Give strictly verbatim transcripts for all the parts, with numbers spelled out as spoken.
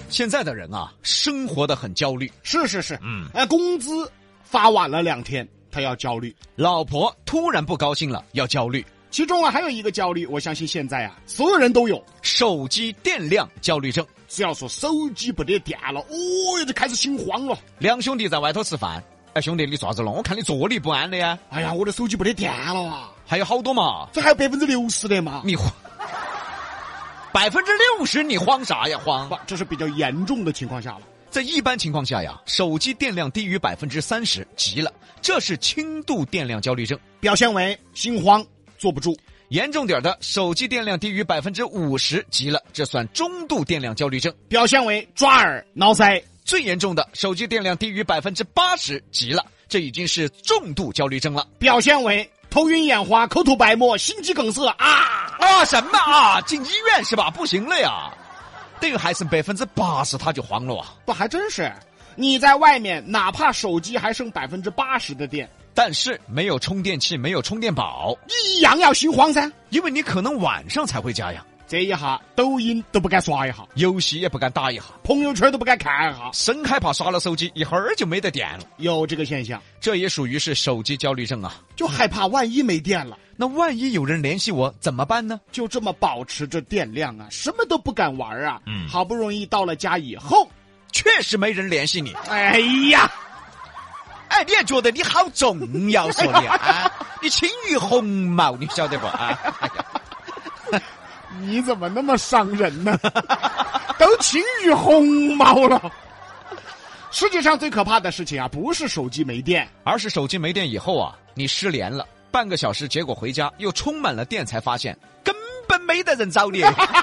现在的人啊，生活的很焦虑。 是是是， 嗯， 哎，工资发晚了两天，他要焦虑； 老婆突然不高兴了，要焦虑。 其中啊，还有一个焦虑，我相信现在啊，所有人都有手机电量焦虑症。 只要说手机不得电了，哦，就开始心慌了。 两兄弟在外头吃饭，哎，兄弟你咋子了？我看你坐立不安的呀。 哎呀，我的手机不得电了啊！ 还有好多嘛， 这还有百分之六十的嘛。 你慌，百分之六十你慌啥呀？慌？ 不，这是比较严重的情况下了。 在一般情况下呀，手机电量低于百分之三十，急了，这是轻度电量焦虑症， 表现为心慌、坐不住。 严重点的，手机电量低于百分之五十，急了，这算中度电量焦虑症， 表现为抓耳、挠腮。 最严重的，手机电量低于百分之八十，急了，这已经是重度焦虑症了， 表现为头晕眼花、口吐白沫、心肌梗塞啊啊！什么啊？进医院是吧？不行了呀，等于还剩百分之八十，他就慌了啊！ 不，还真是。你在外面，哪怕手机还剩百分之八十的电。 但是没有充电器，没有充电宝， 一样要心慌噻， 因为你可能晚上才回家呀。 这一下抖音都不敢刷一下， 游戏也不敢打一下， 朋友圈都不敢看一下， 生害怕刷了手机一会儿就没得电了。 有这个现象， 这也属于是手机焦虑症啊， 就害怕万一没电了。 那万一有人联系我怎么办呢？ 就这么保持着电量啊，什么都不敢玩啊。 嗯， 好不容易到了家以后， 确实没人联系你。 哎呀！ 哎，你还觉得你好重要说的啊？你轻于鸿毛，你晓得不啊？哎呀， 你怎么那么伤人呢？都轻于鸿毛了。世界上最可怕的事情啊，不是手机没电， 而是手机没电以后啊，你失联了半个小时，结果回家又充满了电，才发现根本没得人找你。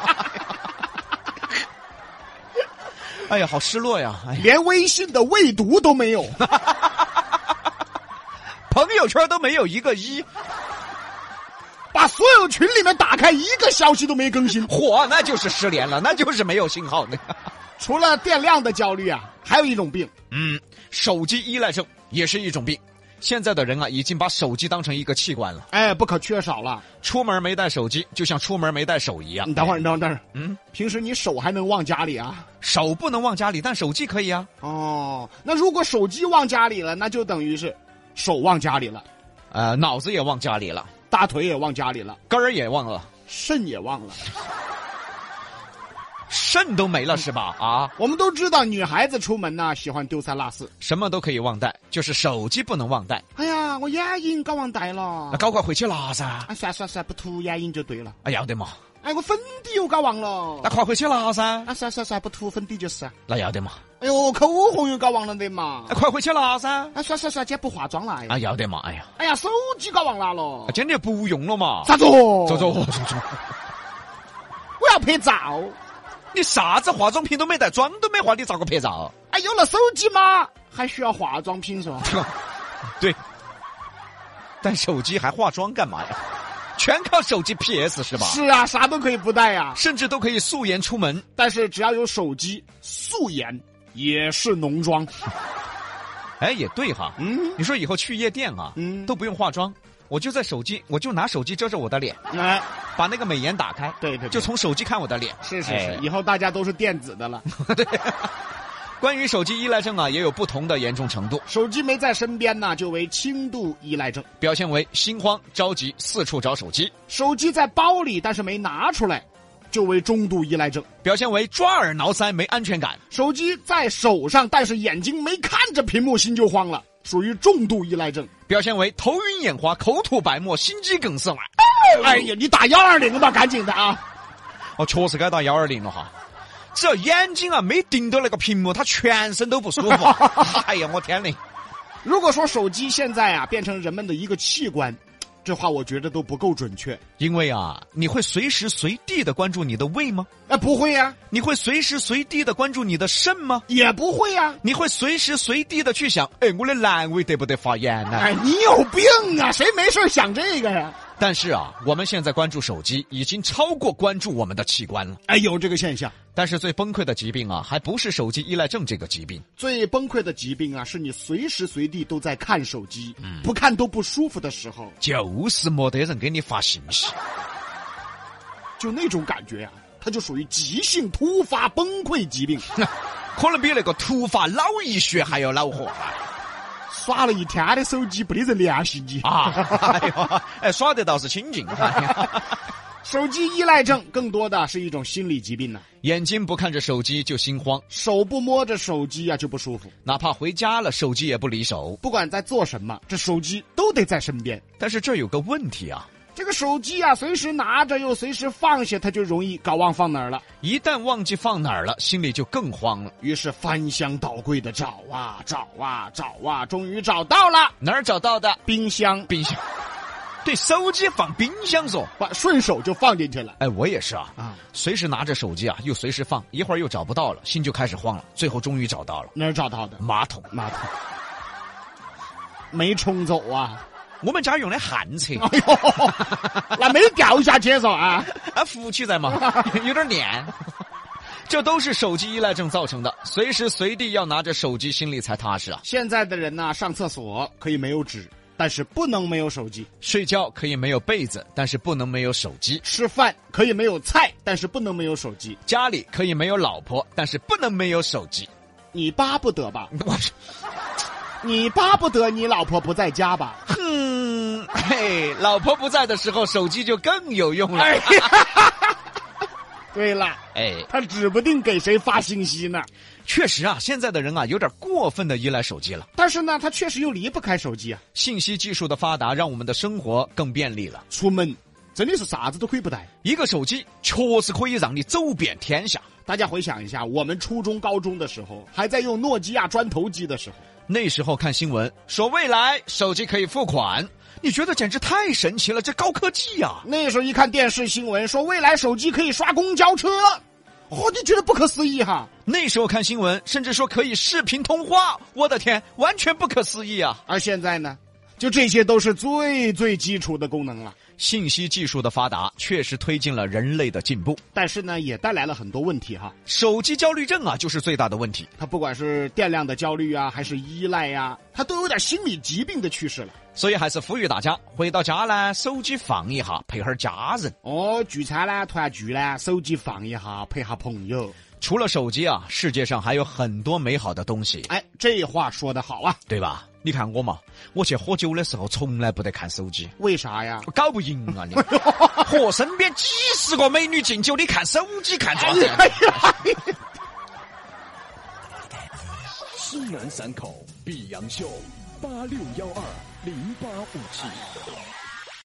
哎呀，好失落呀！哎呀， 连微信的未读都没有。 朋友圈都没有一个一， 把所有群里面打开一个消息都没更新， 嚯，那就是失联了，那就是没有信号。 除了电量的焦虑啊，还有一种病， 嗯，手机依赖症也是一种病。现在的人啊，已经把手机当成一个器官了， 哎，不可缺少了。 出门没带手机，就像出门没带手一样。 你等会儿，你等会儿， 嗯， 平时你手还能忘家里啊？ 手不能忘家里，但手机可以啊。 哦，那如果手机忘家里了，那就等于是手忘家里了， 呃，脑子也忘家里了， 大腿也忘家里了， 根儿也忘了， 肾也忘了。 肾都没了是吧？啊， 我们都知道女孩子出门呢喜欢丢三落四， 什么都可以忘带，就是手机不能忘带。 哎呀，我眼影搞忘带了， 那赶快回去拿噻。 哎，算算算，不涂眼影就对了。 哎，要得嘛。 哎，我粉底又搞忘了， 那快回去拿噻。 啊，算算算，不涂粉底就是。 那要得嘛。 哎呦，口红又搞忘了的嘛。 那快回去拿噻。 啊，算算算，今天不化妆了。 啊，要得嘛。哎呀， 哎呀，手机搞忘拿了。 啊，今天不用了嘛。 咋做？ 走走走走。 我要拍照。 你啥子化妆品都没带，妆都没化，你咋个拍照？ 哎，有了手机嘛，还需要化妆品是吧？ 对。但手机还化妆干嘛呀？全靠手机 P S 是吧？ 是啊，啥都可以不带呀， 甚至都可以素颜出门。 但是只要有手机，素颜也是浓妆。 哎，也对哈。 嗯， 你说以后去夜店啊， 嗯， 都不用化妆，我就在手机，我就拿手机遮着我的脸， 哎， 把那个美颜打开， 对对对， 就从手机看我的脸。 是是是， 哎， 以后大家都是电子的了。 对。关于手机依赖症啊，也有不同的严重程度。 手机没在身边呢，就为轻度依赖症， 表现为心慌、着急、四处找手机； 手机在包里但是没拿出来，就为中度依赖症， 表现为抓耳挠腮、没安全感； 手机在手上但是眼睛没看着屏幕，心就慌了，属于重度依赖症， 表现为头晕眼花、口吐白沫、心肌梗塞。 哎呀，你打幺二零吧，赶紧的啊！ 哦，确实该打幺二零了哈。只要眼睛啊没盯到那个屏幕，他全身都不舒服。哎呀，我天嘞！ 如果说手机现在啊变成人们的一个器官，这话我觉得都不够准确。 因为啊，你会随时随地的关注你的胃吗？ 哎，不会呀、啊。 你会随时随地的关注你的肾吗？ 也不会呀、啊。 你会随时随地的去想，哎，我的阑尾得不得发炎呢？ 哎，你有病啊！谁没事想这个呀？ 但是啊，我们现在关注手机已经超过关注我们的器官了。 哎，有这个现象。 但是最崩溃的疾病啊，还不是手机依赖症这个疾病。 最崩溃的疾病啊，是你随时随地都在看手机， 嗯， 不看都不舒服的时候， 就是没得人给你发信息， 就那种感觉啊， 它就属于急性突发崩溃疾病， 可能比那个突发脑溢血还要恼火耍了一天的手机，不得人联系你啊！哎呦，哎，耍得倒是清静。 手机依赖症更多的是一种心理疾病呢、啊。 眼睛不看着手机就心慌， 手不摸着手机啊就不舒服， 哪怕回家了，手机也不离手。 不管在做什么，这手机都得在身边。 但是这有个问题啊， 这个手机啊，随时拿着又随时放下，它就容易搞忘放哪儿了。 一旦忘记放哪儿了，心里就更慌了。 于是翻箱倒柜的找啊找啊找啊，终于找到了。 哪儿找到的？ 冰箱， 冰箱。对，手机放冰箱说， 把顺手就放进去了。 哎，我也是啊，啊，随时拿着手机啊，又随时放，一会儿又找不到了，心就开始慌了。最后终于找到了， 哪儿找到的？ 马桶， 马桶没冲走啊。 我们家用的旱厕， 哎呦，那没掉下去嗦啊， 啊，浮起在嘛，有点黏。这都是手机依赖症造成的，随时随地要拿着手机，心里才踏实啊。 现在的人呢、啊，上厕所可以没有纸，但是不能没有手机； 睡觉可以没有被子，但是不能没有手机； 吃饭可以没有菜，但是不能没有手机； 家里可以没有老婆，但是不能没有手机。 你巴不得吧？ 我说， 你巴不得你老婆不在家吧？ 哼，嘿，老婆不在的时候，手机就更有用了。 哎对了， 哎， 他指不定给谁发信息呢。 确实啊，现在的人啊，有点过分的依赖手机了。 但是呢，他确实又离不开手机啊。 信息技术的发达，让我们的生活更便利了。 出门真的是啥子都可以不带， 一个手机确实可以让你走遍天下。 大家回想一下，我们初中、高中的时候，还在用诺基亚砖头机的时候， 那时候看新闻说未来手机可以付款，你觉得简直太神奇了，这高科技啊！ 那时候一看电视新闻说未来手机可以刷公交车，哦，你觉得不可思议哈？ 那时候看新闻甚至说可以视频通话，我的天，完全不可思议啊！ 而现在呢，就这些都是最最基础的功能了。 信息技术的发达确实推进了人类的进步， 但是呢，也带来了很多问题哈。 手机焦虑症啊，就是最大的问题。 它不管是电量的焦虑啊，还是依赖呀、啊，它都有点心理疾病的趋势了。 所以还是呼吁大家回到家呢，手机放一下，陪下家人。 哦，聚餐呢，团聚呢，手机放一下，陪下朋友。 除了手机啊，世界上还有很多美好的东西。 哎，这话说得好啊， 对吧？你看我嘛，我去喝酒的时候从来不得看手机。 为啥呀？ 我搞不赢啊你！和身边几十个美女敬酒，你看手机看啥子？ 西南散口碧阳秀八六幺二零八五七。